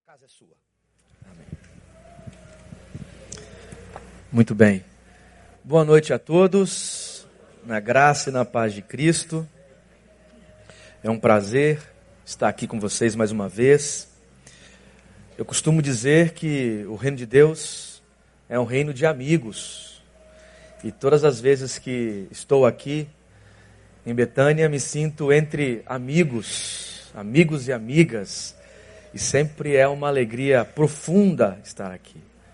casa é sua. Amém. Muito bem. Boa noite a todos, na graça e na paz de Cristo. É um prazer estar aqui com vocês mais uma vez. Eu costumo dizer que o reino de Deus é um reino de amigos. E todas as vezes que estou aqui em Betânia, me sinto entre amigos e amigas. E sempre é uma alegria profunda estar aqui.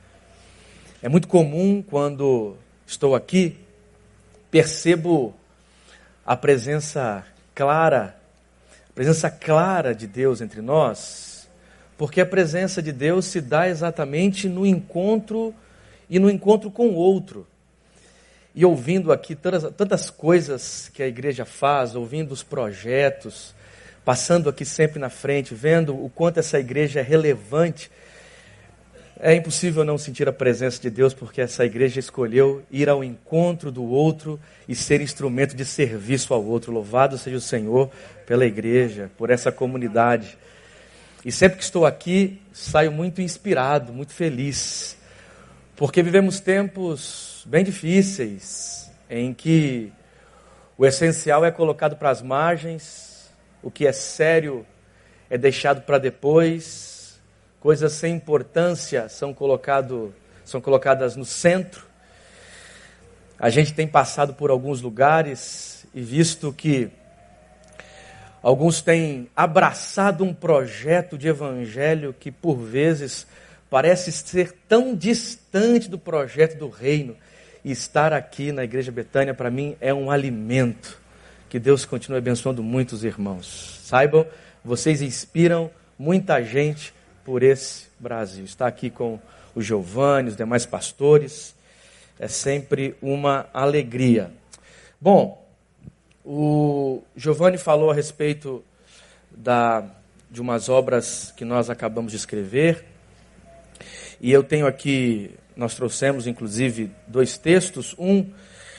É muito comum quando estou aqui, percebo a presença clara de Deus entre nós, porque a presença de Deus se dá exatamente no encontro e no encontro com o outro. E ouvindo aqui tantas coisas que a igreja faz, ouvindo os projetos, passando aqui sempre na frente, vendo o quanto essa igreja é relevante, é impossível não sentir a presença de Deus, porque essa igreja escolheu ir ao encontro do outro e ser instrumento de serviço ao outro. Louvado seja o Senhor pela igreja, por essa comunidade. E sempre que estou aqui, saio muito inspirado, muito feliz, porque vivemos tempos bem difíceis, em que o essencial é colocado para as margens, o que é sério é deixado para depois, coisas sem importância são colocadas no centro. A gente tem passado por alguns lugares e visto que alguns têm abraçado um projeto de evangelho que por vezes parece ser tão distante do projeto do reino. E estar aqui na Igreja Betânia para mim é um alimento. Que Deus continue abençoando muitos irmãos. Saibam, vocês inspiram muita gente por esse Brasil. Estar aqui com o Giovanni, os demais pastores, é sempre uma alegria. Bom, o Giovanni falou a respeito de umas obras que nós acabamos de escrever. E eu tenho aqui, nós trouxemos inclusive 2 textos. Um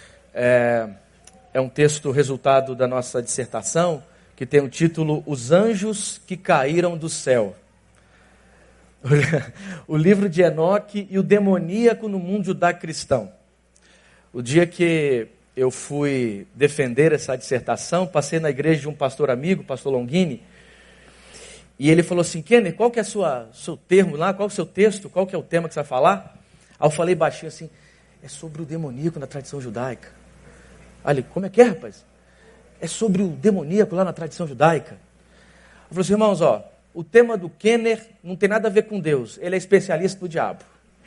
é um texto resultado da nossa dissertação, que tem o título Os Anjos que Caíram do Céu. O livro de Enoque e o demoníaco no mundo judaico-cristão. O dia que eu fui defender essa dissertação, passei na igreja de um pastor amigo, pastor Longini, e ele falou assim: Kenner, qual que é o seu termo lá, qual é o seu texto, qual que é o tema que você vai falar? Aí eu falei baixinho assim: é sobre o demoníaco na tradição judaica. Olha, como é que é, rapaz? É sobre o demoníaco lá na tradição judaica. Eu falei assim, irmãos, o tema do Kenner não tem nada a ver com Deus. Ele é especialista do diabo.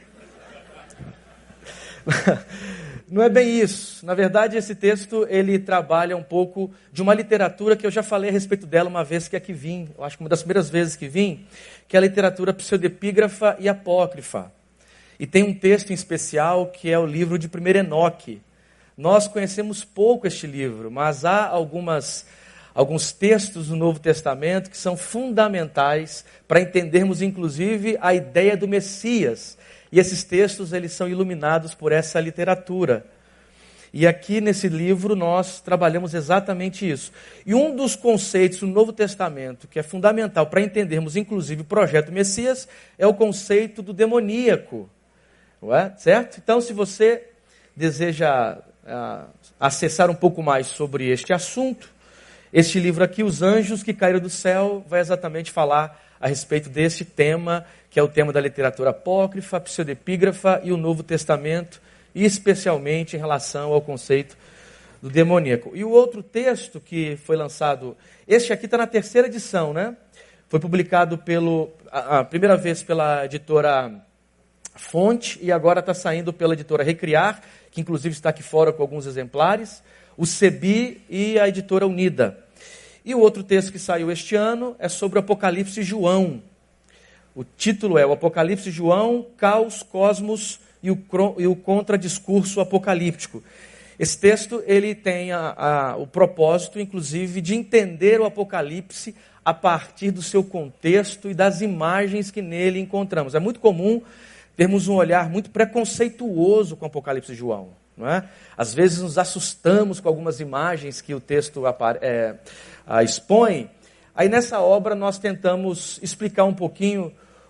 Não é bem isso. Na verdade, esse texto, ele trabalha um pouco de uma literatura que eu já falei a respeito dela uma vez que aqui vim. Eu acho que uma das primeiras vezes que vim, que é a literatura pseudepígrafa e apócrifa. E tem um texto em especial que é o livro de 1 Enoque. Nós conhecemos pouco este livro, mas há alguns textos do Novo Testamento que são fundamentais para entendermos, inclusive, a ideia do Messias. E esses textos, eles são iluminados por essa literatura. E aqui nesse livro nós trabalhamos exatamente isso. E um dos conceitos do Novo Testamento que é fundamental para entendermos, inclusive, o projeto Messias, é o conceito do demoníaco. Não é? Certo? Então, se você deseja acessar um pouco mais sobre este assunto, este livro aqui, Os Anjos que Caíram do Céu, vai exatamente falar a respeito deste tema, que é o tema da literatura apócrifa, pseudepígrafa e o Novo Testamento, e especialmente em relação ao conceito do demoníaco. E o outro texto que foi lançado, este aqui está na 3ª edição, né? Foi publicado a primeira vez pela editora Fonte e agora está saindo pela editora Recriar, que inclusive está aqui fora com alguns exemplares, o Sebi e a editora Unida. E o outro texto que saiu este ano é sobre o Apocalipse João. O título é o Apocalipse João, Caos, Cosmos e o Contradiscurso Apocalíptico. Esse texto ele tem o propósito, inclusive, de entender o Apocalipse a partir do seu contexto e das imagens que nele encontramos. É muito comum termos um olhar muito preconceituoso com o Apocalipse de João. Não é? Às vezes nos assustamos com algumas imagens que o texto expõe. Aí nessa obra nós tentamos explicar um pouquinho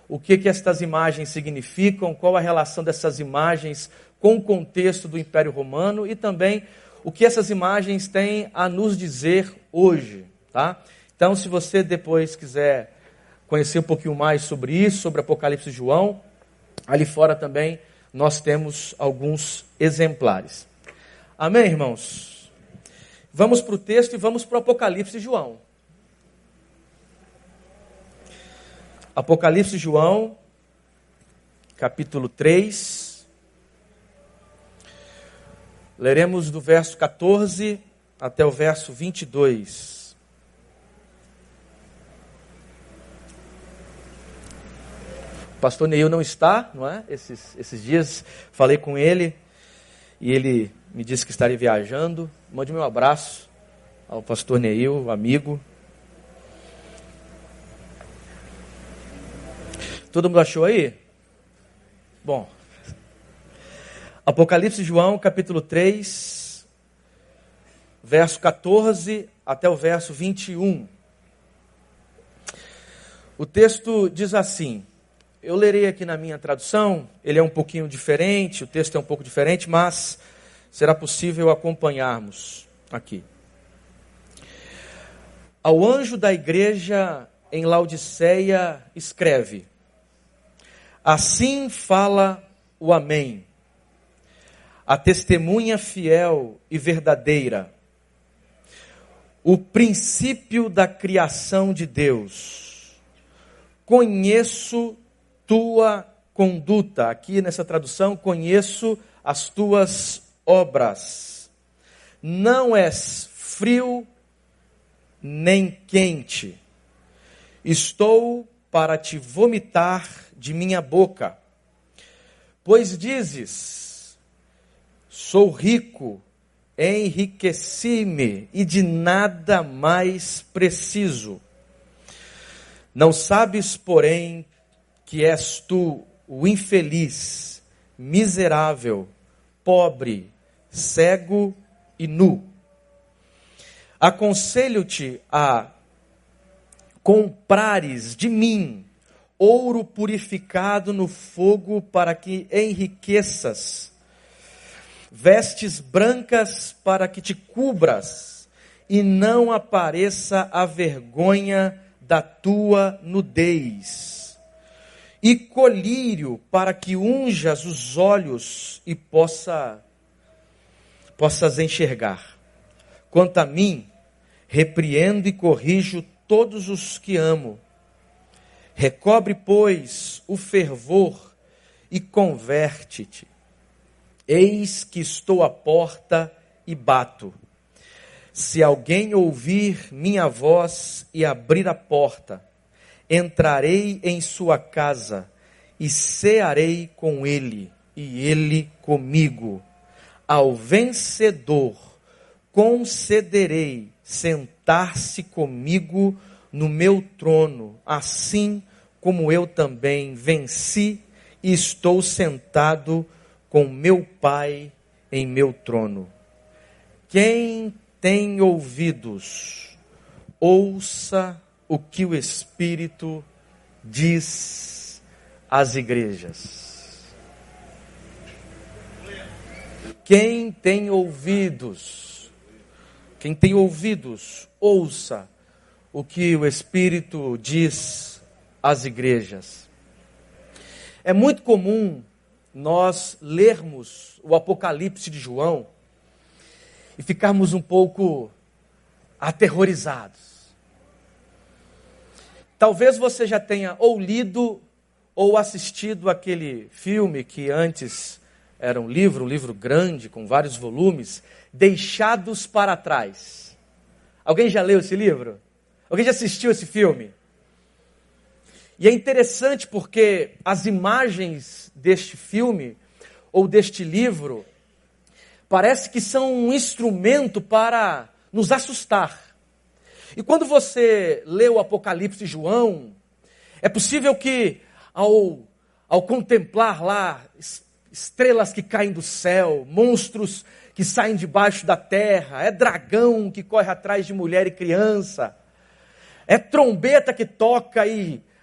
o que estas imagens significam, qual a relação dessas imagens com o contexto do Império Romano e também o que essas imagens têm a nos dizer hoje, tá? Então, se você depois quiser conhecer um pouquinho mais sobre isso, sobre Apocalipse de João, ali fora também nós temos alguns exemplares. Amém, irmãos? Vamos para o texto e vamos para o Apocalipse de João. Apocalipse de João, capítulo 3. Leremos do verso 14 até o verso 22. O pastor Neil não está, não é? Esses dias falei com ele e ele me disse que estaria viajando. Mande meu abraço ao pastor Neil, amigo. Todo mundo achou aí? Bom, Apocalipse de João, capítulo 3, verso 14 até o verso 21. O texto diz assim, eu lerei aqui na minha tradução, ele é um pouquinho diferente, o texto é um pouco diferente, mas será possível acompanharmos aqui. Ao anjo da igreja em Laodiceia escreve, assim fala o Amém, a testemunha fiel e verdadeira, o princípio da criação de Deus. Conheço tua conduta. Aqui nessa tradução, conheço as tuas obras. Não és frio nem quente. Estou para te vomitar de minha boca. Pois dizes, sou rico, enriqueci-me e de nada mais preciso. Não sabes, porém, que és tu o infeliz, miserável, pobre, cego e nu. Aconselho-te a comprares de mim ouro purificado no fogo para que enriqueças, vestes brancas para que te cubras e não apareça a vergonha da tua nudez, e colírio para que unjas os olhos e possas enxergar. Quanto a mim, repreendo e corrijo todos os que amo. Recobre, pois, o fervor e converte-te. Eis que estou à porta e bato. Se alguém ouvir minha voz e abrir a porta, entrarei em sua casa e cearei com ele e ele comigo. Ao vencedor concederei sentar-se comigo no meu trono, assim como eu também venci e estou sentado com meu Pai em meu trono. Quem tem ouvidos, ouça o que o Espírito diz às igrejas. Quem tem ouvidos, ouça o que o Espírito diz às igrejas. É muito comum nós lermos o Apocalipse de João e ficarmos um pouco aterrorizados. Talvez você já tenha ou lido ou assistido aquele filme que antes era um livro grande com vários volumes, Deixados para Trás. Alguém já leu esse livro? Alguém já assistiu esse filme? E é interessante porque as imagens deste filme ou deste livro parece que são um instrumento para nos assustar. E quando você lê o Apocalipse de João, é possível que ao contemplar lá estrelas que caem do céu, monstros que saem debaixo da terra, é dragão que corre atrás de mulher e criança, é trombeta que toca e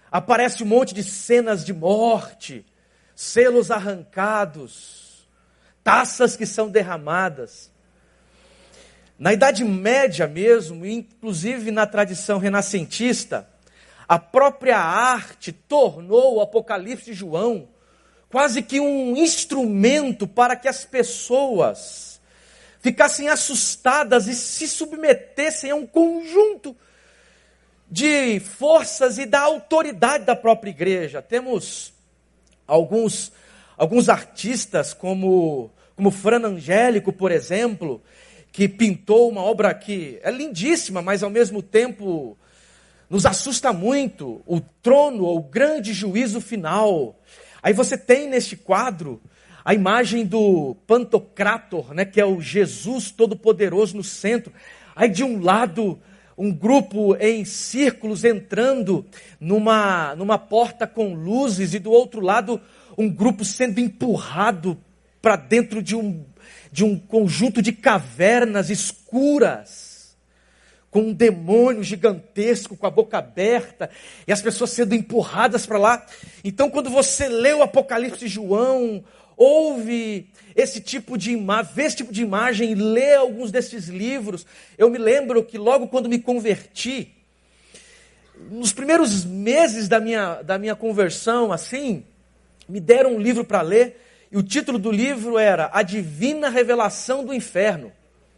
Aparece um monte de cenas de morte, selos arrancados, taças que são derramadas. Na Idade Média mesmo, inclusive na tradição renascentista, a própria arte tornou o Apocalipse de João quase que um instrumento para que as pessoas ficassem assustadas e se submetessem a um conjunto de forças e da autoridade da própria igreja. Temos alguns artistas, como Fra Angélico, por exemplo, que pintou uma obra que é lindíssima, mas ao mesmo tempo nos assusta muito, o trono, ou o grande juízo final. Aí você tem neste quadro a imagem do Pantocrator, né, que é o Jesus Todo-Poderoso no centro. Aí de um lado, um grupo em círculos entrando numa porta com luzes, e do outro lado, um grupo sendo empurrado para dentro de um conjunto de cavernas escuras, com um demônio gigantesco, com a boca aberta, e as pessoas sendo empurradas para lá. Então, quando você lê o Apocalipse de João, ouve esse tipo de imagem, vê esse tipo de imagem, e lê alguns desses livros. Eu me lembro que logo quando me converti, nos primeiros meses da minha conversão, assim, me deram um livro para ler, e o título do livro era A Divina Revelação do Inferno.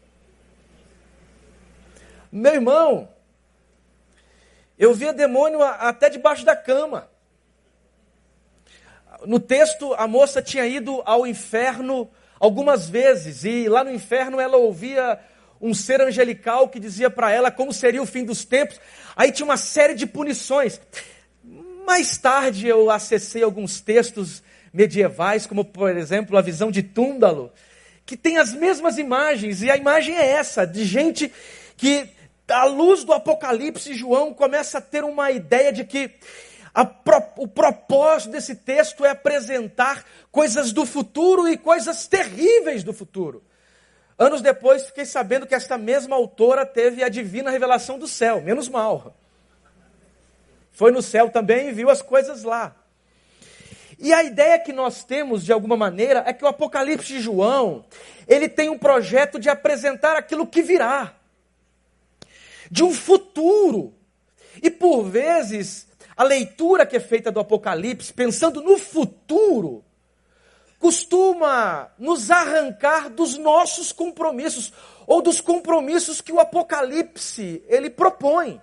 Meu irmão, eu via demônio até debaixo da cama. No texto, a moça tinha ido ao inferno algumas vezes, e lá no inferno ela ouvia um ser angelical que dizia para ela como seria o fim dos tempos. Aí tinha uma série de punições. Mais tarde eu acessei alguns textos medievais, como por exemplo a visão de Túndalo, que tem as mesmas imagens, e a imagem é essa, de gente que, à luz do Apocalipse, João começa a ter uma ideia de que o propósito desse texto é apresentar coisas do futuro e coisas terríveis do futuro. Anos depois, fiquei sabendo que esta mesma autora teve a divina revelação do céu, menos mal. Foi no céu também e viu as coisas lá. E a ideia que nós temos, de alguma maneira, é que o Apocalipse de João, ele tem um projeto de apresentar aquilo que virá, de um futuro. E por vezes, a leitura que é feita do Apocalipse, pensando no futuro, costuma nos arrancar dos nossos compromissos, ou dos compromissos que o Apocalipse, ele propõe.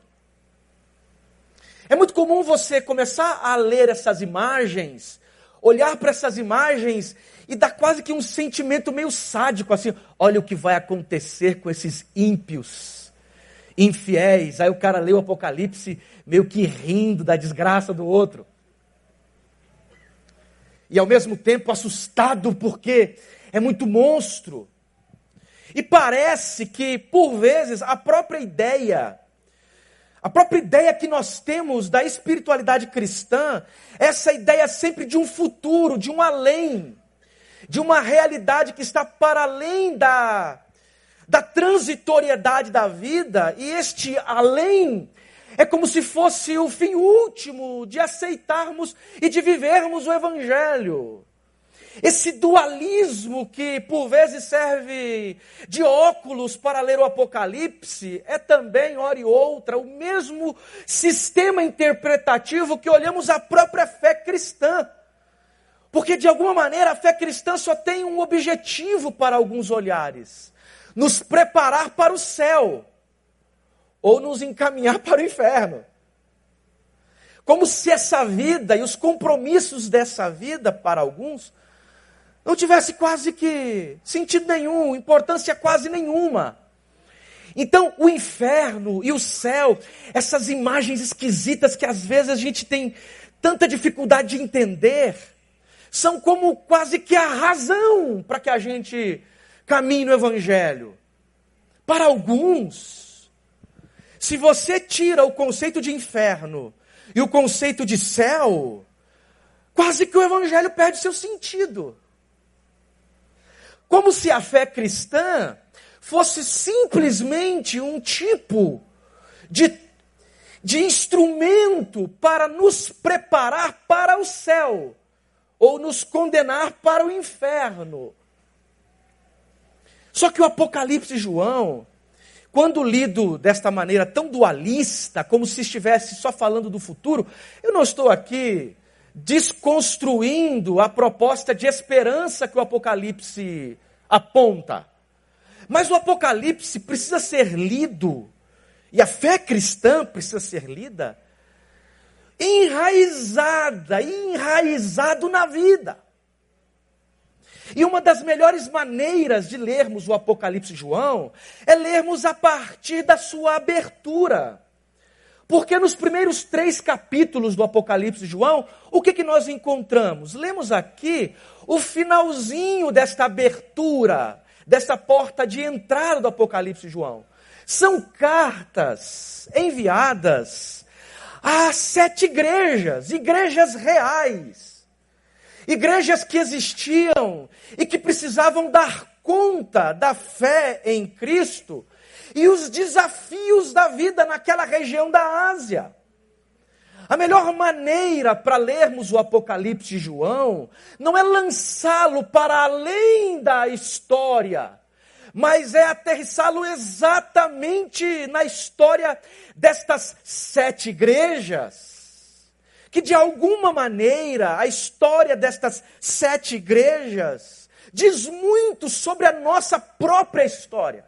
É muito comum você começar a ler essas imagens, olhar para essas imagens e dar quase que um sentimento meio sádico, assim, olha o que vai acontecer com esses ímpios, infiéis. Aí o cara lê o Apocalipse meio que rindo da desgraça do outro. E ao mesmo tempo assustado porque é muito monstro. E parece que, por vezes, a própria ideia que nós temos da espiritualidade cristã, essa ideia sempre de um futuro, de um além, de uma realidade que está para além da transitoriedade da vida, e este além é como se fosse o fim último de aceitarmos e de vivermos o Evangelho. Esse dualismo que por vezes serve de óculos para ler o Apocalipse é também, hora e outra, o mesmo sistema interpretativo que olhamos a própria fé cristã. Porque de alguma maneira a fé cristã só tem um objetivo para alguns olhares: nos preparar para o céu ou nos encaminhar para o inferno. Como se essa vida e os compromissos dessa vida para alguns não tivesse quase que sentido nenhum, importância quase nenhuma. Então, o inferno e o céu, essas imagens esquisitas que às vezes a gente tem tanta dificuldade de entender, são como quase que a razão para que a gente caminhe no Evangelho. Para alguns, se você tira o conceito de inferno e o conceito de céu, quase que o Evangelho perde seu sentido. Como se a fé cristã fosse simplesmente um tipo de instrumento para nos preparar para o céu, ou nos condenar para o inferno. Só que o Apocalipse de João, quando lido desta maneira tão dualista, como se estivesse só falando do futuro, eu não estou aqui desconstruindo a proposta de esperança que o Apocalipse aponta. Mas o Apocalipse precisa ser lido, e a fé cristã precisa ser lida, enraizado na vida. E uma das melhores maneiras de lermos o Apocalipse de João é lermos a partir da sua abertura. Porque nos primeiros 3 capítulos do Apocalipse de João, o que nós encontramos? Lemos aqui o finalzinho desta abertura, desta porta de entrada do Apocalipse de João. São cartas enviadas a 7 igrejas reais. Igrejas que existiam e que precisavam dar conta da fé em Cristo e os desafios da vida naquela região da Ásia. A melhor maneira para lermos o Apocalipse de João não é lançá-lo para além da história, mas é aterrissá-lo exatamente na história destas 7 igrejas. Que de alguma maneira a história destas 7 igrejas diz muito sobre a nossa própria história.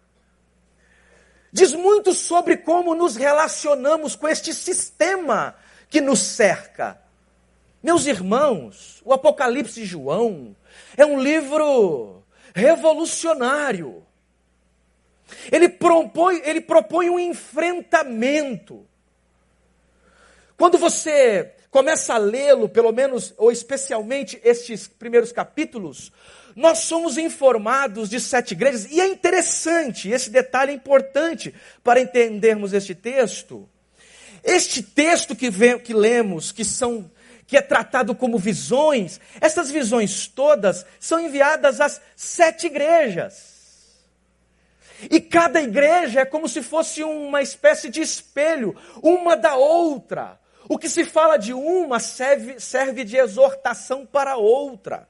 Diz muito sobre como nos relacionamos com este sistema que nos cerca. Meus irmãos, o Apocalipse de João é um livro revolucionário. Ele propõe um enfrentamento. Quando você começa a lê-lo, pelo menos, ou especialmente estes primeiros capítulos, nós somos informados de 7 igrejas, e é interessante, esse detalhe é importante para entendermos este texto. Este texto que lemos, que é tratado como visões, essas visões todas são enviadas às 7 igrejas. E cada igreja é como se fosse uma espécie de espelho, uma da outra. O que se fala de uma serve de exortação para a outra.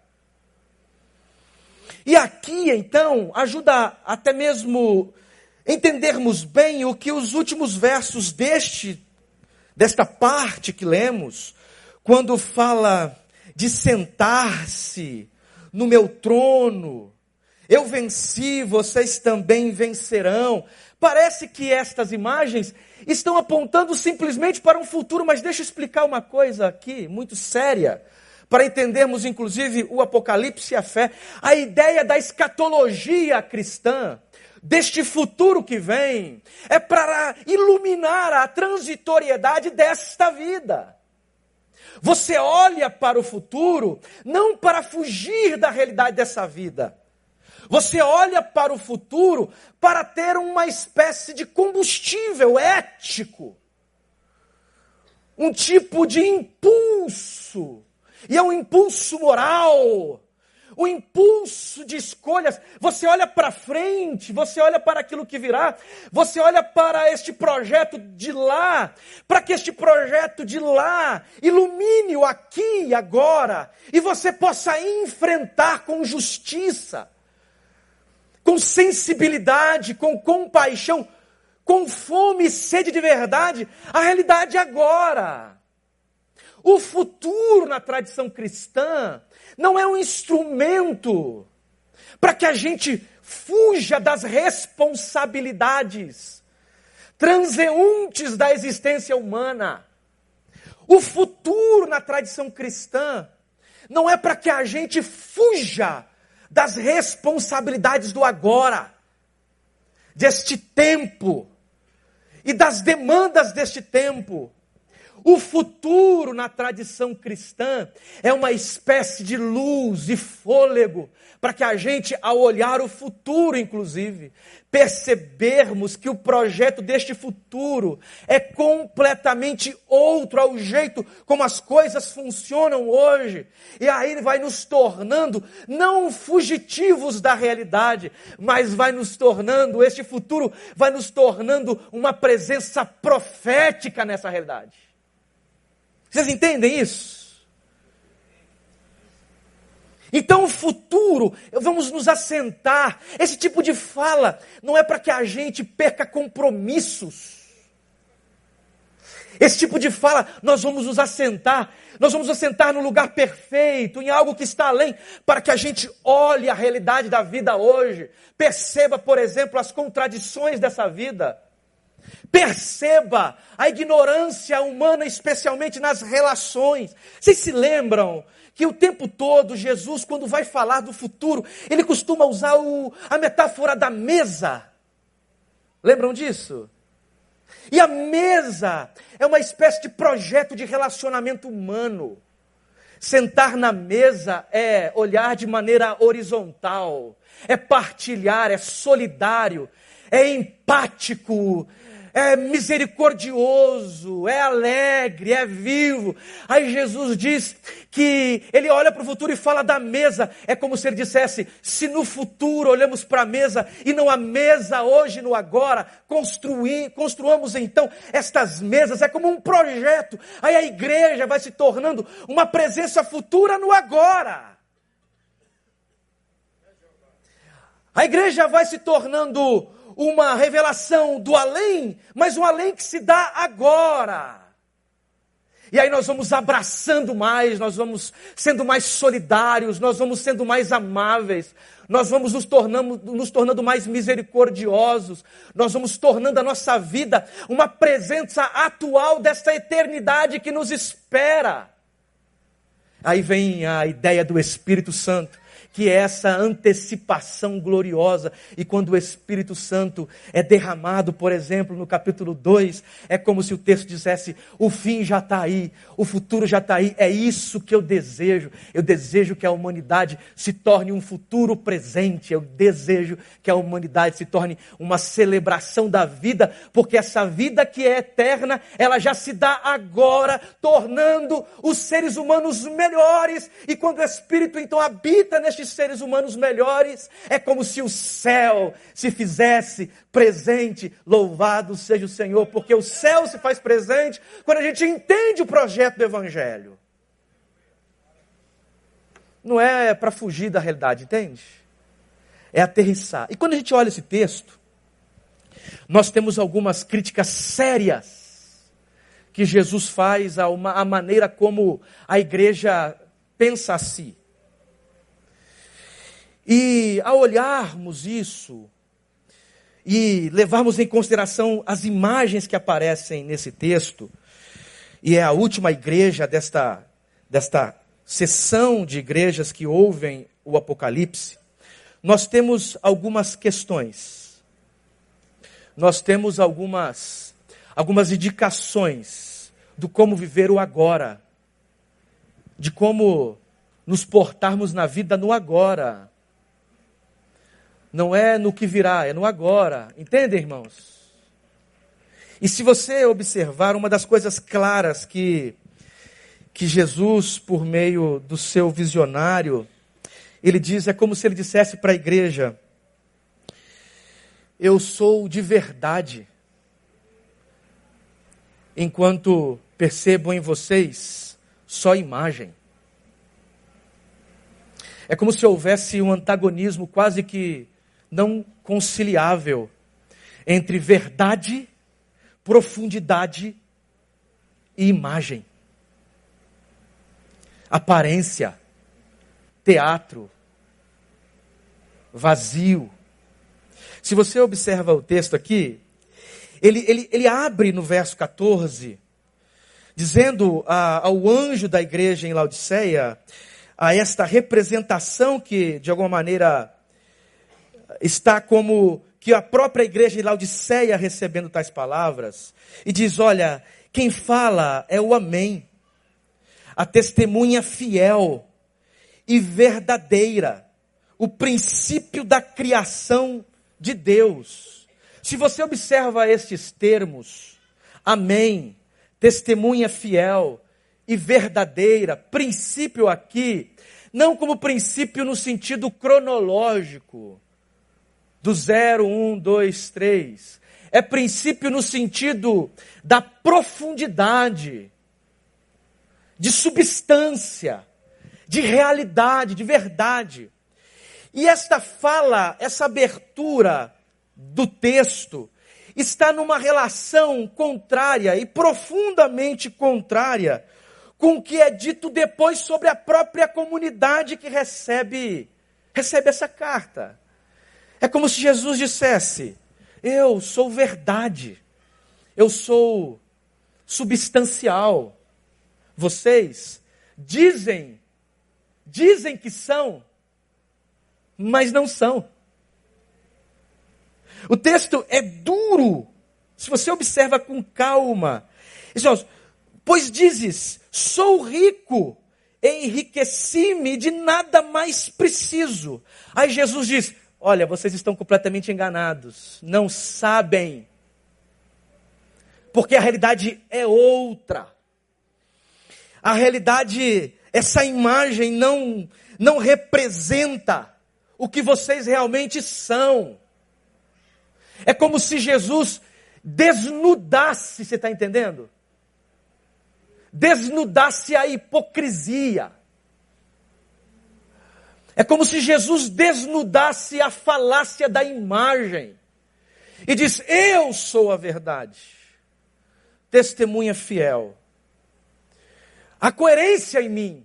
E aqui, então, ajuda até mesmo entendermos bem o que os últimos versos desta parte que lemos, quando fala de sentar-se no meu trono, eu venci, vocês também vencerão. Parece que estas imagens estão apontando simplesmente para um futuro, mas deixa eu explicar uma coisa aqui, muito séria, para entendermos inclusive o Apocalipse e a fé. A ideia da escatologia cristã, deste futuro que vem, é para iluminar a transitoriedade desta vida. Você olha para o futuro não para fugir da realidade dessa vida. Você olha para o futuro para ter uma espécie de combustível ético. Um tipo de impulso. E é um impulso moral. Um impulso de escolhas. Você olha para frente, você olha para aquilo que virá. Você olha para este projeto de lá. Para que este projeto de lá ilumine o aqui e agora. E você possa enfrentar com justiça, com sensibilidade, com compaixão, com fome e sede de verdade, a realidade agora. O futuro na tradição cristã não é um instrumento para que a gente fuja das responsabilidades transeuntes da existência humana. O futuro na tradição cristã não é para que a gente fuja das responsabilidades do agora, deste tempo e das demandas deste tempo. O futuro, na tradição cristã, é uma espécie de luz e fôlego, para que a gente, ao olhar o futuro, inclusive, percebermos que o projeto deste futuro é completamente outro ao jeito como as coisas funcionam hoje. E aí vai nos tornando, não fugitivos da realidade, mas vai nos tornando, este futuro vai nos tornando uma presença profética nessa realidade. Vocês entendem isso? Então o futuro, vamos nos assentar. Esse tipo de fala não é para que a gente perca compromissos. Esse tipo de fala, nós vamos nos assentar no lugar perfeito, em algo que está além, para que a gente olhe a realidade da vida hoje. Perceba, por exemplo, as contradições dessa vida. Perceba a ignorância humana, especialmente nas relações. Vocês se lembram que o tempo todo Jesus, quando vai falar do futuro, ele costuma usar a metáfora da mesa? Lembram disso? E a mesa é uma espécie de projeto de relacionamento humano. Sentar na mesa é olhar de maneira horizontal, é partilhar, é solidário, é empático, é misericordioso, é alegre, é vivo. Aí Jesus diz que ele olha para o futuro e fala da mesa. É como se ele dissesse, se no futuro olhamos para a mesa e não a mesa hoje no agora, construamos então estas mesas. É como um projeto. Aí a igreja vai se tornando uma presença futura no agora. A igreja vai se tornando uma revelação do além, mas um além que se dá agora. E aí nós vamos abraçando mais, nós vamos sendo mais solidários, nós vamos sendo mais amáveis, nós vamos nos tornando mais misericordiosos, nós vamos tornando a nossa vida uma presença atual dessa eternidade que nos espera. Aí vem a ideia do Espírito Santo, que é essa antecipação gloriosa. E quando o Espírito Santo é derramado, por exemplo, no capítulo 2, é como se o texto dissesse, o fim já está aí, o futuro já está aí, é isso que eu desejo que a humanidade se torne um futuro presente, eu desejo que a humanidade se torne uma celebração da vida, porque essa vida que é eterna, ela já se dá agora, tornando os seres humanos melhores, e quando o Espírito então habita nestes seres humanos melhores, é como se o céu se fizesse presente. Louvado seja o Senhor, porque o céu se faz presente quando a gente entende o projeto do Evangelho. Não é para fugir da realidade, entende? É aterrissar. E quando a gente olha esse texto, nós temos algumas críticas sérias que Jesus faz à maneira como a igreja pensa a si. E ao olharmos isso e levarmos em consideração as imagens que aparecem nesse texto, e é a última igreja desta sessão de igrejas que ouvem o Apocalipse, nós temos algumas questões. Nós temos algumas indicações do como viver o agora, de como nos portarmos na vida no agora. Não é no que virá, é no agora. Entendem, irmãos? E se você observar, uma das coisas claras que Jesus, por meio do seu visionário, ele diz, é como se ele dissesse para a igreja, eu sou de verdade, enquanto percebo em vocês só imagem. É como se houvesse um antagonismo quase que não conciliável entre verdade, profundidade e imagem. Aparência, teatro, vazio. Se você observa o texto aqui, ele abre no verso 14, dizendo ao anjo da igreja em Laodiceia, a esta representação que, de alguma maneira, está como que a própria igreja de Laodiceia recebendo tais palavras, e diz, olha, Quem fala é o Amém, a testemunha fiel e verdadeira, o princípio da criação de Deus. Se você observa estes termos, Amém, testemunha fiel e verdadeira, princípio aqui, não como princípio no sentido cronológico, do 0, 1, 2, 3. É princípio no sentido da profundidade, de substância, de realidade, de verdade. E esta fala, essa abertura do texto, está numa relação contrária e profundamente contrária com o que é dito depois sobre a própria comunidade que recebe essa carta. É como se Jesus dissesse: eu sou verdade, eu sou substancial. Vocês dizem que são, mas não são. O texto é duro, se você observa com calma. Pois dizes, sou rico, enriqueci-me, de nada mais preciso. Aí Jesus diz: olha, vocês estão completamente enganados, não sabem, porque a realidade é outra. A realidade, essa imagem não representa o que vocês realmente são. É como se Jesus desnudasse, você está entendendo? Desnudasse a hipocrisia. É como se Jesus desnudasse a falácia da imagem. E diz: eu sou a verdade. Testemunha fiel. A coerência em mim.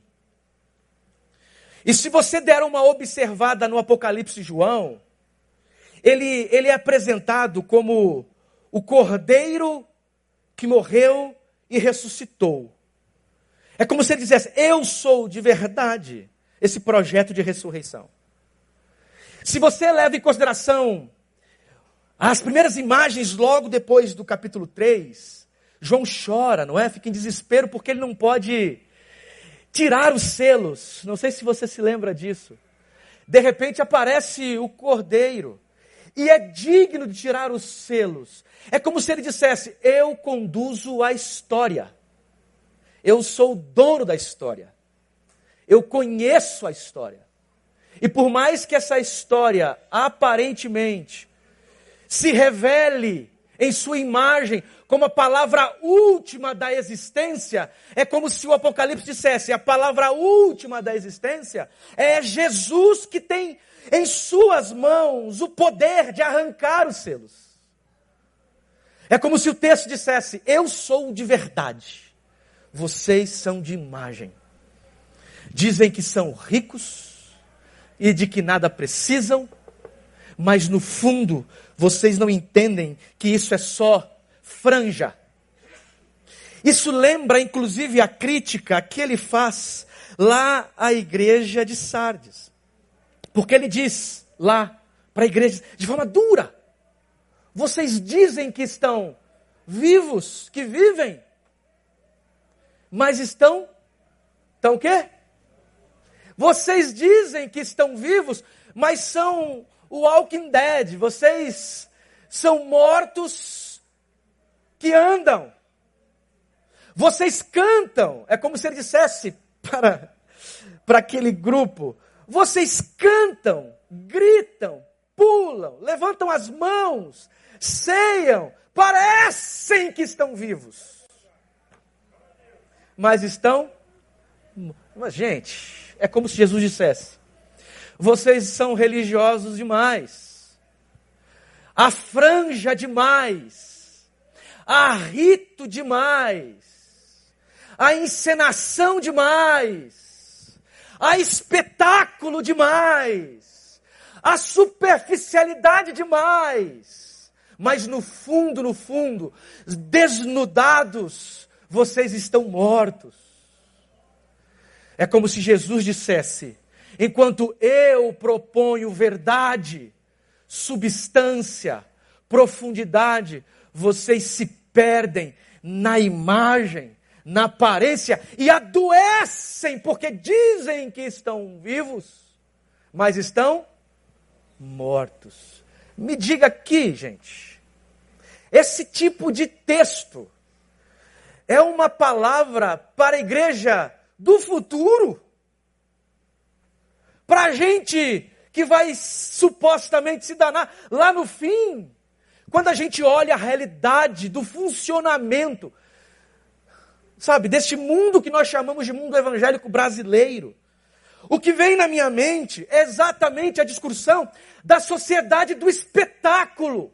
E se você der uma observada no Apocalipse de João, ele é apresentado como o Cordeiro que morreu e ressuscitou. É como se ele dissesse: eu sou de verdade esse projeto de ressurreição. Se você leva em consideração as primeiras imagens logo depois do capítulo 3, João chora, não é? Fica em desespero porque ele não pode tirar os selos. Não sei se você se lembra disso. De repente aparece o Cordeiro e é digno de tirar os selos. É como se ele dissesse: eu conduzo a história. Eu sou o dono da história. Eu conheço a história. E por mais que essa história aparentemente se revele em sua imagem como a palavra última da existência, é como se o Apocalipse dissesse: a palavra última da existência é Jesus, que tem em suas mãos o poder de arrancar os selos. É como se o texto dissesse: eu sou de verdade, vocês são de imagem. Dizem que são ricos e de que nada precisam, mas no fundo vocês não entendem que isso é só franja. Isso lembra inclusive a crítica que ele faz lá à igreja de Sardes. Porque ele diz lá para a igreja de forma dura: vocês dizem que estão vivos, que vivem, mas estão o quê? Vocês dizem que estão vivos, mas são o Walking Dead. Vocês são mortos que andam. Vocês cantam. É como se ele dissesse para aquele grupo: vocês cantam, gritam, pulam, levantam as mãos, ceiam, parecem que estão vivos, mas estão... Mas, gente, é como se Jesus dissesse: vocês são religiosos demais, há franja demais, há rito demais, há encenação demais, há espetáculo demais, há superficialidade demais, mas no fundo, desnudados, vocês estão mortos. É como se Jesus dissesse: enquanto eu proponho verdade, substância, profundidade, vocês se perdem na imagem, na aparência, e adoecem porque dizem que estão vivos, mas estão mortos. Me diga aqui, gente, esse tipo de texto é uma palavra para a igreja do futuro? Para a gente que vai supostamente se danar lá no fim? Quando a gente olha a realidade do funcionamento, sabe, deste mundo que nós chamamos de mundo evangélico brasileiro, o que vem na minha mente é exatamente a discussão da sociedade do espetáculo.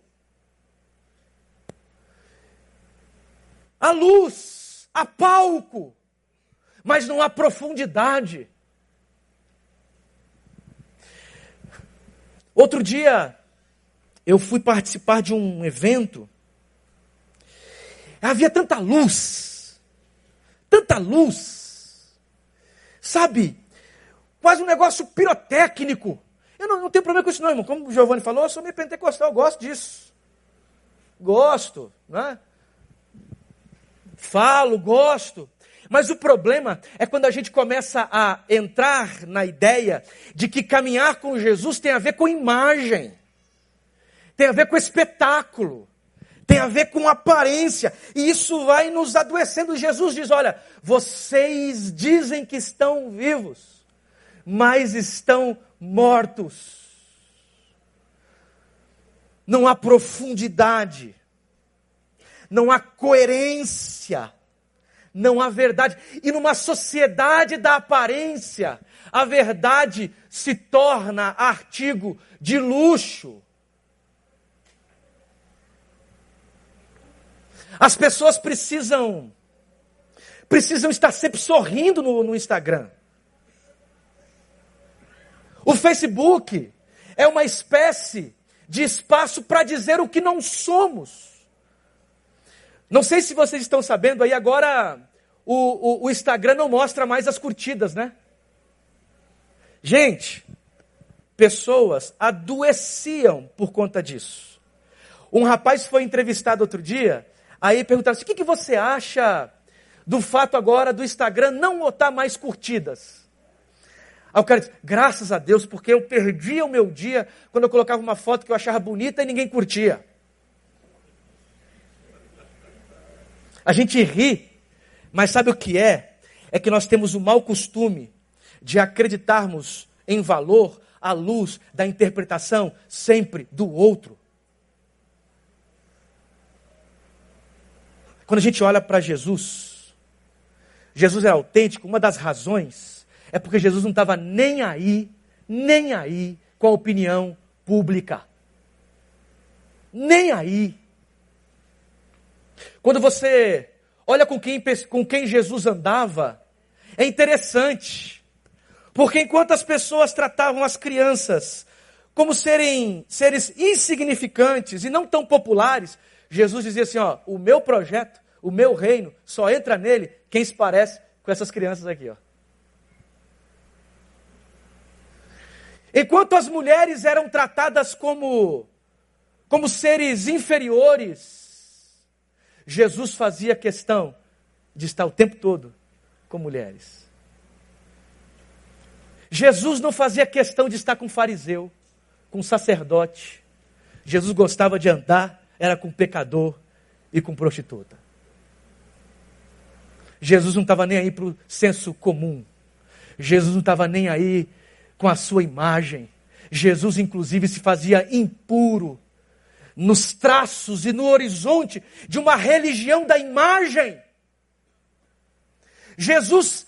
A luz, a palco, mas não há profundidade. Outro dia, eu fui participar de um evento. Havia tanta luz, sabe? Quase um negócio pirotécnico. Eu não tenho problema com isso não, irmão. Como o Giovanni falou, eu sou meio pentecostal, eu gosto disso. Gosto, né? Falo, gosto. Mas o problema é quando a gente começa a entrar na ideia de que caminhar com Jesus tem a ver com imagem, tem a ver com espetáculo, tem a ver com aparência, e isso vai nos adoecendo. Jesus diz, olha, vocês dizem que estão vivos, mas estão mortos. Não há profundidade, não há coerência, não há verdade. E numa sociedade da aparência, a verdade se torna artigo de luxo. As pessoas precisam estar sempre sorrindo no Instagram. O Facebook é uma espécie de espaço para dizer o que não somos. Não sei se vocês estão sabendo, aí agora o Instagram não mostra mais as curtidas, né? Gente, pessoas adoeciam por conta disso. Um rapaz foi entrevistado outro dia, aí perguntaram assim, o que você acha do fato agora do Instagram não botar mais curtidas? Aí o cara disse, graças a Deus, porque eu perdia o meu dia quando eu colocava uma foto que eu achava bonita e ninguém curtia. A gente ri, mas sabe o que é? É que nós temos o mau costume de acreditarmos em valor à luz da interpretação sempre do outro. Quando a gente olha para Jesus, Jesus é autêntico, uma das razões é porque Jesus não estava nem aí com a opinião pública. Nem aí. Quando você olha com quem Jesus andava, é interessante. Porque enquanto as pessoas tratavam as crianças como seres insignificantes e não tão populares, Jesus dizia assim, ó, o meu projeto, o meu reino, só entra nele quem se parece com essas crianças aqui, ó. Enquanto as mulheres eram tratadas como seres inferiores, Jesus fazia questão de estar o tempo todo com mulheres. Jesus não fazia questão de estar com fariseu, com sacerdote. Jesus gostava de andar, era com pecador e com prostituta. Jesus não estava nem aí para o senso comum. Jesus não estava nem aí com a sua imagem. Jesus, inclusive, se fazia impuro nos traços e no horizonte de uma religião da imagem. Jesus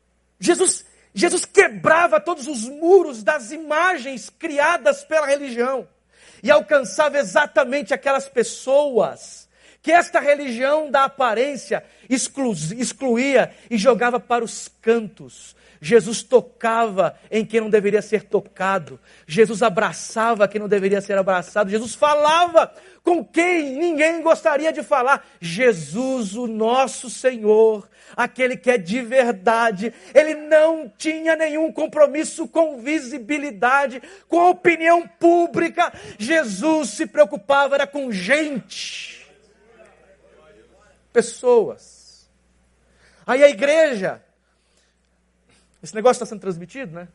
quebrava todos os muros das imagens criadas pela religião e alcançava exatamente aquelas pessoas que esta religião da aparência excluía e jogava para os cantos. Jesus tocava em quem não deveria ser tocado. Jesus abraçava quem não deveria ser abraçado. Jesus falava com quem ninguém gostaria de falar. Jesus, o nosso Senhor, aquele que é de verdade, ele não tinha nenhum compromisso com visibilidade, com a opinião pública. Jesus se preocupava era com gente. pessoas. Aí a igreja, esse negócio está sendo transmitido, né?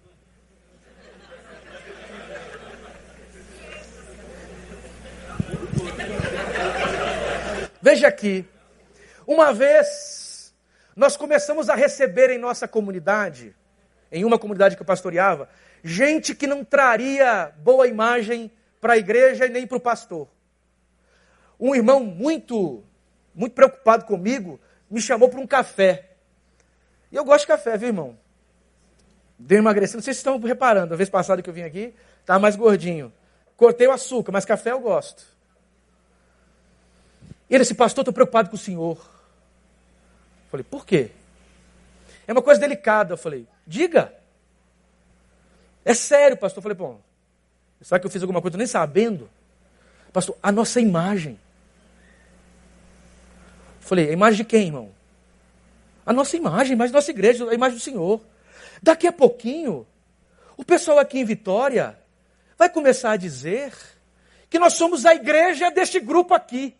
Veja aqui, uma vez nós começamos a receber em nossa comunidade, em uma comunidade que eu pastoreava, gente que não traria boa imagem para a igreja e nem para o pastor. Um irmão muito preocupado comigo me chamou para um café. E eu gosto de café, viu, irmão? Deu emagrecendo, não sei se estão reparando, a vez passada que eu vim aqui, estava mais gordinho. Cortei o açúcar, mas café eu gosto. E ele disse, pastor, estou preocupado com o senhor. Eu falei, por quê? É uma coisa delicada. Eu falei, diga. É sério, pastor. Eu falei, bom, será que eu fiz alguma coisa nem sabendo? Pastor, a nossa imagem. Eu falei, a imagem de quem, irmão? A nossa imagem, a imagem da nossa igreja, a imagem do Senhor. Daqui a pouquinho, o pessoal aqui em Vitória vai começar a dizer que nós somos a igreja deste grupo aqui.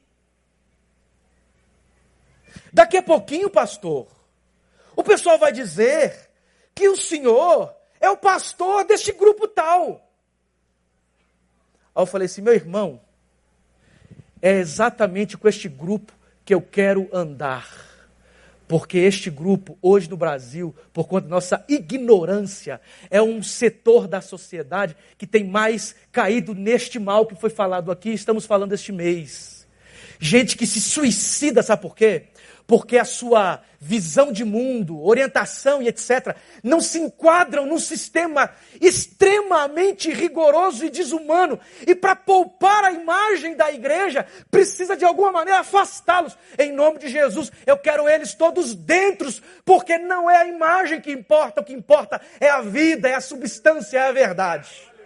Daqui a pouquinho, pastor, o pessoal vai dizer que o senhor é o pastor deste grupo tal. Aí eu falei assim, meu irmão, é exatamente com este grupo que eu quero andar. Porque este grupo, hoje no Brasil, por conta da nossa ignorância, é um setor da sociedade que tem mais caído neste mal que foi falado aqui, estamos falando este mês. Gente que se suicida, sabe por quê? Porque a sua visão de mundo, orientação e etc., não se enquadram num sistema extremamente rigoroso e desumano. E para poupar a imagem da igreja, precisa de alguma maneira afastá-los. Em nome de Jesus, eu quero eles todos dentro, porque não é a imagem que importa, o que importa é a vida, é a substância, é a verdade.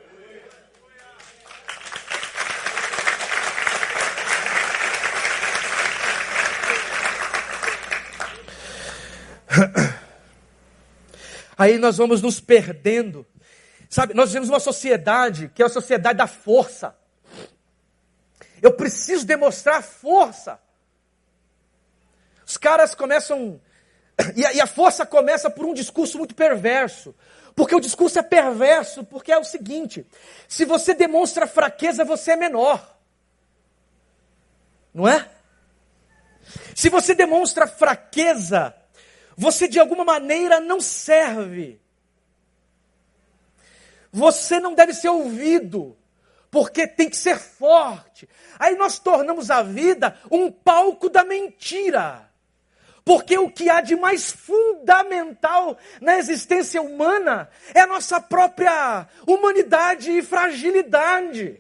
Aí nós vamos nos perdendo. Sabe, nós vivemos uma sociedade que é a sociedade da força. Eu preciso demonstrar força. Os caras começam... E a força começa por um discurso muito perverso. Porque o discurso é perverso, porque é o seguinte: se você demonstra fraqueza, você é menor. Não é? Se você demonstra fraqueza, você de alguma maneira não serve. Você não deve ser ouvido, porque tem que ser forte. Aí nós tornamos a vida um palco da mentira. Porque o que há de mais fundamental na existência humana é a nossa própria humanidade e fragilidade.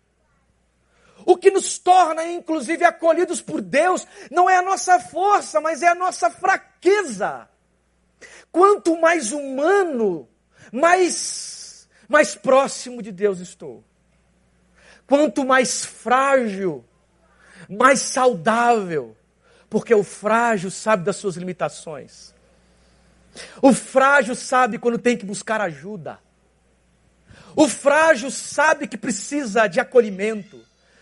O que nos torna, inclusive, acolhidos por Deus, não é a nossa força, mas é a nossa fraqueza. Quanto mais humano, mais próximo de Deus estou. Quanto mais frágil, mais saudável. Porque o frágil sabe das suas limitações. O frágil sabe quando tem que buscar ajuda. O frágil sabe que precisa de acolhimento.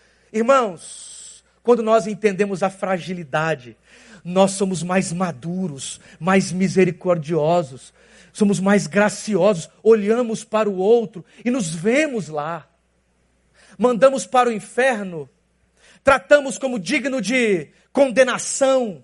Irmãos, quando nós entendemos a fragilidade, nós somos mais maduros, mais misericordiosos, somos mais graciosos, olhamos para o outro e nos vemos lá. Mandamos para o inferno, tratamos como digno de condenação,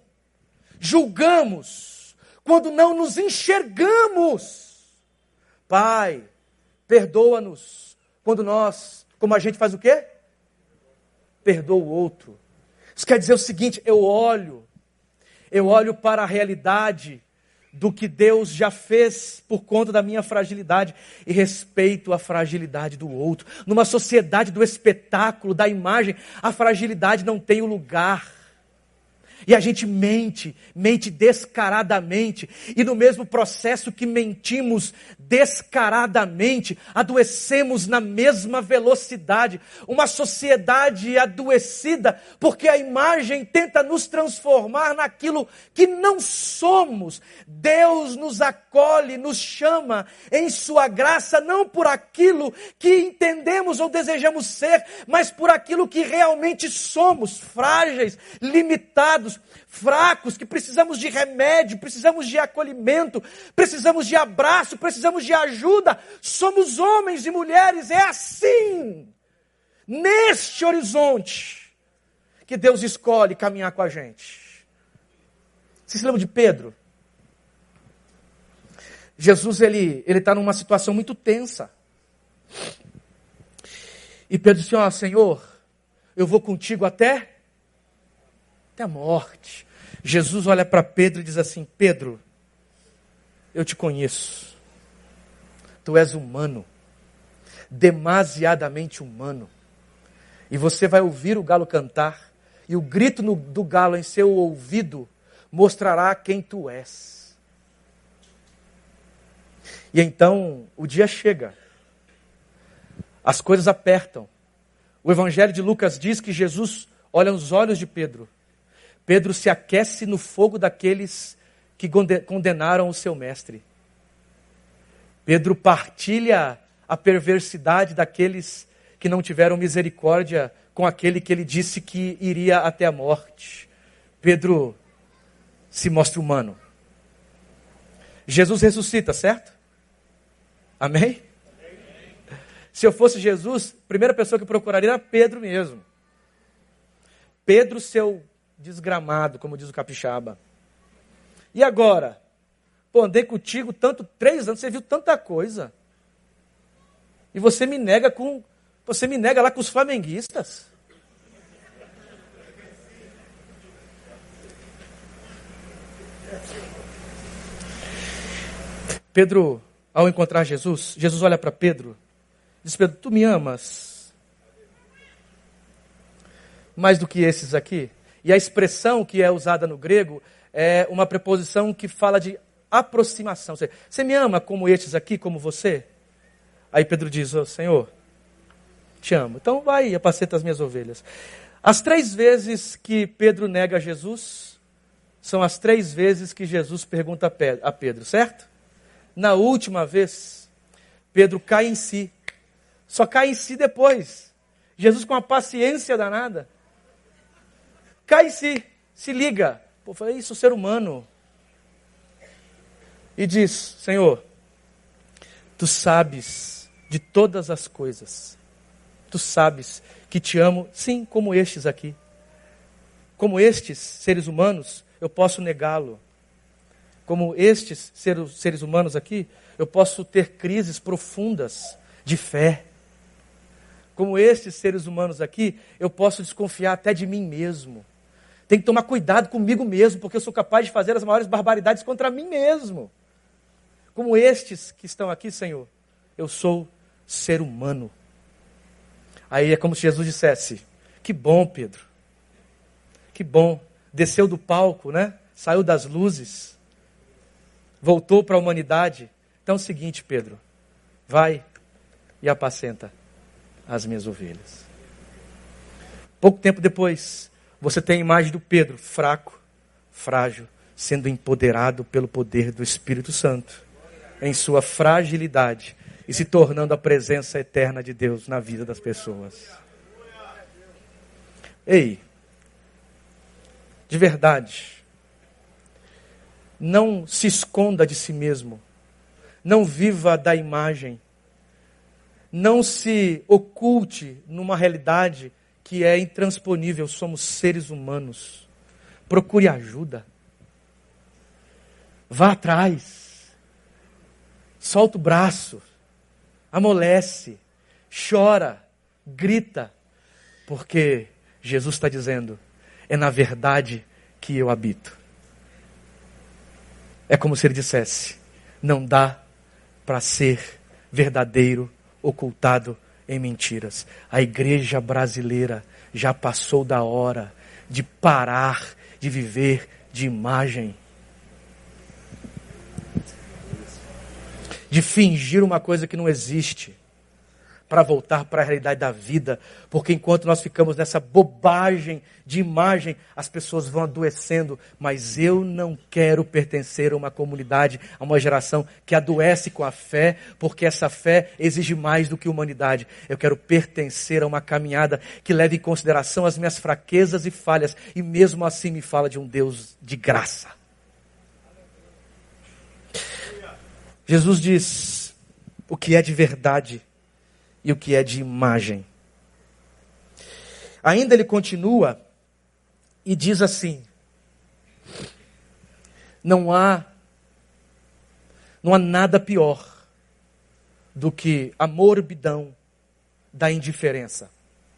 julgamos quando não nos enxergamos. Pai, perdoa-nos quando nós, como a gente faz o quê? Perdoa o outro. Isso quer dizer o seguinte, eu olho para a realidade do que Deus já fez por conta da minha fragilidade e respeito a fragilidade do outro. Numa sociedade do espetáculo, da imagem, a fragilidade não tem o lugar. E a gente mente descaradamente. E no mesmo processo que mentimos descaradamente, adoecemos na mesma velocidade. Uma sociedade adoecida porque a imagem tenta nos transformar naquilo que não somos. Deus nos acolhe, nos chama em sua graça, não por aquilo que entendemos ou desejamos ser, mas por aquilo que realmente somos, frágeis, limitados, estamos fracos, que precisamos de remédio, precisamos de acolhimento, precisamos de abraço, precisamos de ajuda. Somos homens e mulheres, é assim, neste horizonte, que Deus escolhe caminhar com a gente. Você se lembra de Pedro? Jesus, ele está numa situação muito tensa. E Pedro disse, ó, Senhor, eu vou contigo até a morte. Jesus olha para Pedro e diz assim, Pedro, eu te conheço. Tu és humano, demasiadamente humano. E você vai ouvir o galo cantar, e o grito do galo em seu ouvido mostrará quem tu és. E então o dia chega, as coisas apertam. O Evangelho de Lucas diz que Jesus olha nos olhos de Pedro. Pedro se aquece no fogo daqueles que condenaram o seu mestre. Pedro partilha a perversidade daqueles que não tiveram misericórdia com aquele que ele disse que iria até a morte. Pedro se mostra humano. Jesus ressuscita, certo? Amém? Se eu fosse Jesus, a primeira pessoa que eu procuraria era Pedro mesmo. Pedro, seu desgramado, como diz o capixaba. E agora? Pô, andei contigo 3 anos, você viu tanta coisa. E você me nega lá com os flamenguistas. Pedro, ao encontrar Jesus, Jesus olha para Pedro, diz, Pedro, tu me amas mais do que esses aqui? E a expressão que é usada no grego é uma preposição que fala de aproximação. Você me ama como estes aqui, como você? Aí Pedro diz, oh, Senhor, te amo. Então vai e apacenta as minhas ovelhas. As 3 vezes que Pedro nega Jesus, são as 3 vezes que Jesus pergunta a Pedro, certo? Na última vez, Pedro cai em si. Só cai em si depois. Jesus com uma paciência danada. Cai em si, se liga. Pô, falei, isso, ser humano. E diz, Senhor, tu sabes de todas as coisas. Tu sabes que te amo, sim, como estes aqui. Como estes seres humanos, eu posso negá-lo. Como estes seres humanos aqui, eu posso ter crises profundas de fé. Como estes seres humanos aqui, eu posso desconfiar até de mim mesmo. Tem que tomar cuidado comigo mesmo, porque eu sou capaz de fazer as maiores barbaridades contra mim mesmo. Como estes que estão aqui, Senhor, eu sou ser humano. Aí é como se Jesus dissesse, que bom, Pedro. Que bom. Desceu do palco, né? Saiu das luzes. Voltou para a humanidade. Então é o seguinte, Pedro. Vai e apacenta as minhas ovelhas. Pouco tempo depois, você tem a imagem do Pedro, fraco, frágil, sendo empoderado pelo poder do Espírito Santo, em sua fragilidade, e se tornando a presença eterna de Deus na vida das pessoas. Ei, de verdade, não se esconda de si mesmo, não viva da imagem, não se oculte numa realidade que é intransponível. Somos seres humanos. Procure ajuda. Vá atrás. Solta o braço. Amolece. Chora. Grita. Porque Jesus está dizendo, é na verdade que eu habito. É como se ele dissesse, não dá para ser verdadeiro ocultado em mentiras. A igreja brasileira já passou da hora de parar de viver de imagem, de fingir uma coisa que não existe. para voltar para a realidade da vida, porque enquanto nós ficamos nessa bobagem de imagem, as pessoas vão adoecendo, mas eu não quero pertencer a uma comunidade, a uma geração que adoece com a fé, porque essa fé exige mais do que humanidade. Eu quero pertencer a uma caminhada que leve em consideração as minhas fraquezas e falhas, e mesmo assim me fala de um Deus de graça. Jesus diz o que é de verdade e o que é de imagem. Ainda ele continua e diz assim: não há nada pior do que a morbidão da indiferença.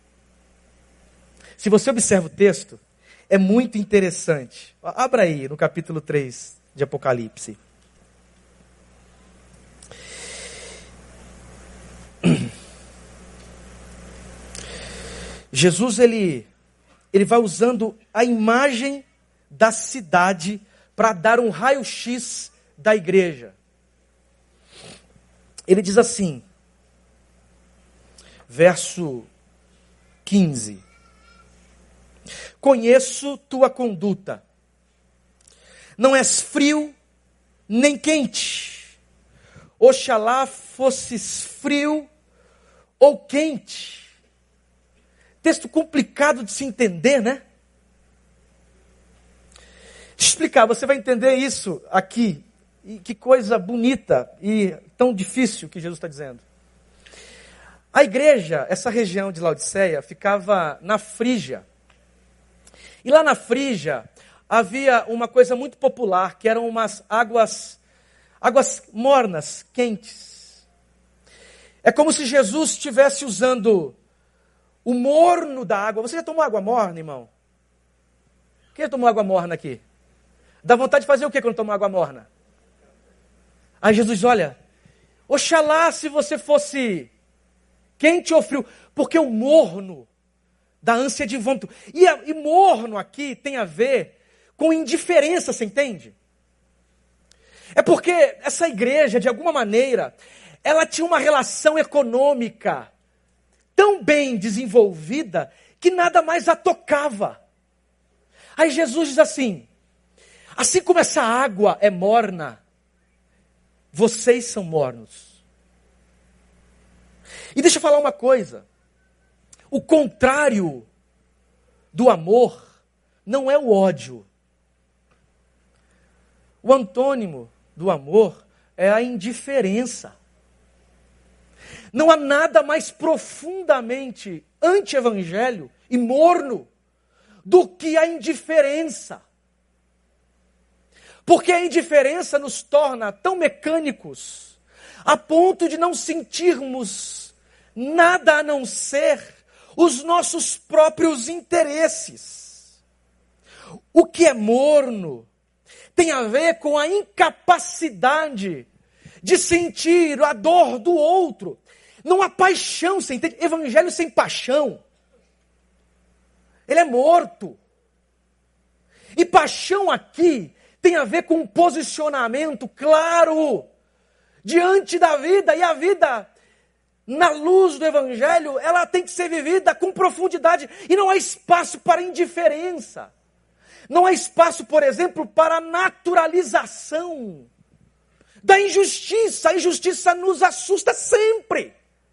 Se você observa o texto, é muito interessante. Abra aí no capítulo 3 de Apocalipse. Jesus, ele vai usando a imagem da cidade para dar um raio-x da igreja. Ele diz assim, verso 15: conheço tua conduta, não és frio nem quente. Oxalá fosses frio ou quente. Texto complicado de se entender, né? Deixa eu explicar, você vai entender isso aqui. E que coisa bonita e tão difícil que Jesus está dizendo. A igreja, essa região de Laodiceia, ficava na Frígia. E lá na Frígia havia uma coisa muito popular, que eram umas águas mornas, quentes. É como se Jesus estivesse usando o morno da água. Você já tomou água morna, irmão? Quem já tomou água morna aqui? Dá vontade de fazer o que quando toma água morna? Aí Jesus, olha, oxalá se você fosse quente ou frio, porque o morno da ânsia de vômito. E morno aqui tem a ver com indiferença, você entende? É porque essa igreja, de alguma maneira, ela tinha uma relação econômica tão bem desenvolvida que nada mais a tocava. Aí Jesus diz assim como essa água é morna, vocês são mornos. E deixa eu falar uma coisa, o contrário do amor não é o ódio. O antônimo do amor é a indiferença. Não há nada mais profundamente anti-evangelho e morno do que a indiferença. Porque a indiferença nos torna tão mecânicos a ponto de não sentirmos nada a não ser os nossos próprios interesses. O que é morno tem a ver com a incapacidade de sentir a dor do outro. Não há paixão, você entende? Evangelho sem paixão, ele é morto. E paixão aqui tem a ver com um posicionamento claro diante da vida. E a vida, na luz do Evangelho, ela tem que ser vivida com profundidade. E não há espaço para indiferença. Não há espaço, por exemplo, para a naturalização da injustiça. A injustiça nos assusta sempre.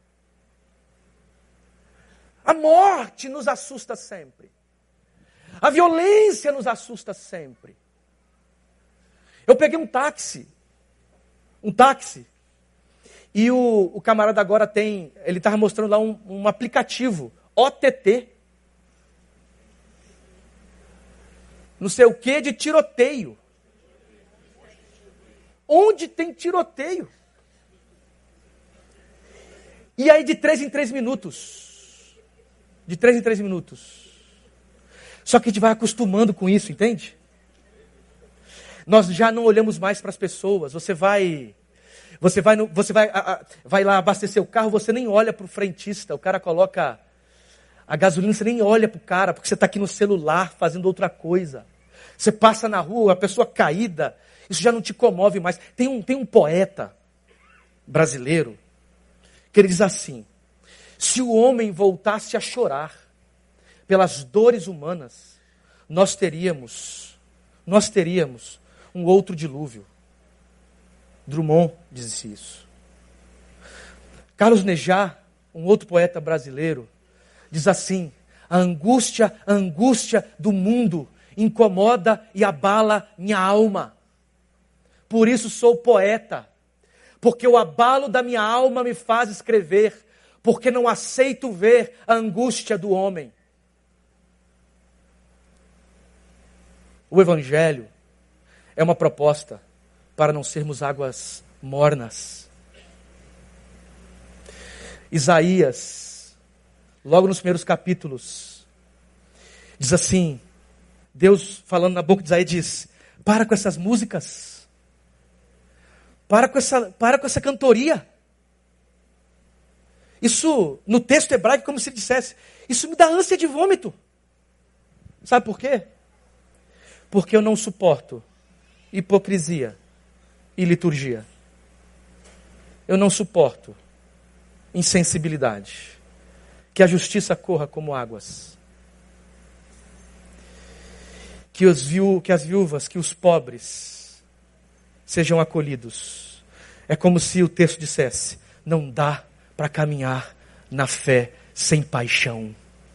A morte nos assusta sempre. A violência nos assusta sempre. Eu peguei um táxi, e o camarada agora ele estava mostrando lá um aplicativo, OTT, não sei o que, de tiroteio. Onde tem tiroteio? E aí de 3 em 3 minutos. De 3 em 3 minutos. Só que a gente vai acostumando com isso, entende? Nós já não olhamos mais para as pessoas. Você vai lá abastecer o carro, você nem olha para o frentista. O cara coloca a gasolina, você nem olha para o cara, porque você está aqui no celular fazendo outra coisa. Você passa na rua, a pessoa caída, isso já não te comove mais. Tem um poeta brasileiro que ele diz assim: Se o homem voltasse a chorar pelas dores humanas, nós teríamos um outro dilúvio. Drummond disse isso. Carlos Nejar, um outro poeta brasileiro, diz assim: a angústia do mundo incomoda e abala minha alma. Por isso sou poeta, porque o abalo da minha alma me faz escrever, porque não aceito ver a angústia do homem. O Evangelho é uma proposta para não sermos águas mornas. Isaías, logo nos primeiros capítulos, diz assim, Deus falando na boca de Isaías diz: para com essas músicas, para com essa cantoria. Isso, no texto hebraico, como se dissesse, isso me dá ânsia de vômito. Sabe por quê? Porque eu não suporto hipocrisia e liturgia. Eu não suporto insensibilidade. Que a justiça corra como águas. Que as viúvas, que os pobres sejam acolhidos. É como se o texto dissesse: não dá para caminhar na fé sem paixão.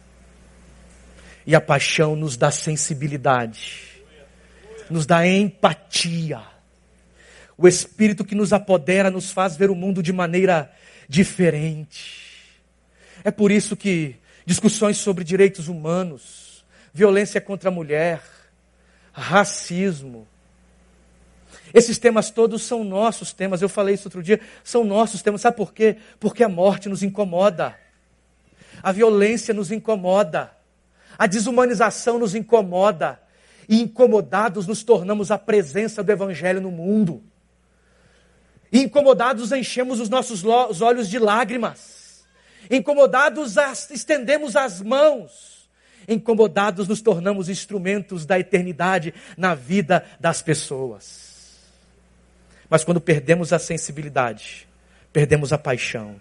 E a paixão nos dá sensibilidade, nos dá empatia. O Espírito que nos apodera nos faz ver o mundo de maneira diferente. É por isso que discussões sobre direitos humanos, violência contra a mulher, racismo, esses temas todos são nossos temas. Eu falei isso outro dia, são nossos temas. Sabe por quê? Porque a morte nos incomoda, a violência nos incomoda, a desumanização nos incomoda. E incomodados nos tornamos a presença do Evangelho no mundo. E incomodados enchemos os nossos olhos de lágrimas. Incomodados estendemos as mãos. Incomodados nos tornamos instrumentos da eternidade na vida das pessoas. Mas quando perdemos a sensibilidade, perdemos a paixão,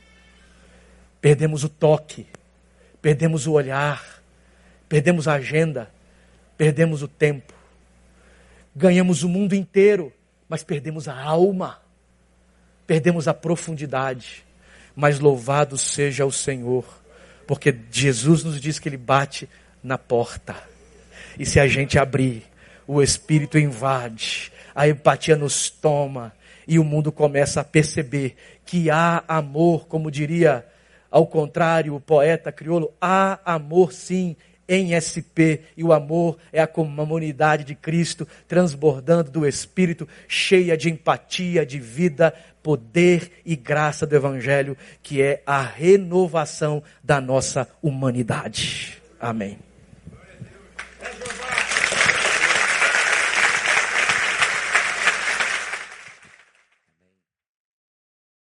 perdemos o toque, perdemos o olhar, perdemos a agenda, perdemos o tempo, ganhamos o mundo inteiro, mas perdemos a alma, perdemos a profundidade. Mas louvado seja o Senhor, porque Jesus nos diz que Ele bate na porta. E se a gente abrir, o Espírito invade, a empatia nos toma, e o mundo começa a perceber que há amor, como diria, ao contrário, o poeta crioulo, há amor sim, em SP, e o amor é a comunidade de Cristo, transbordando do Espírito, cheia de empatia, de vida, poder e graça do Evangelho, que é a renovação da nossa humanidade. Amém.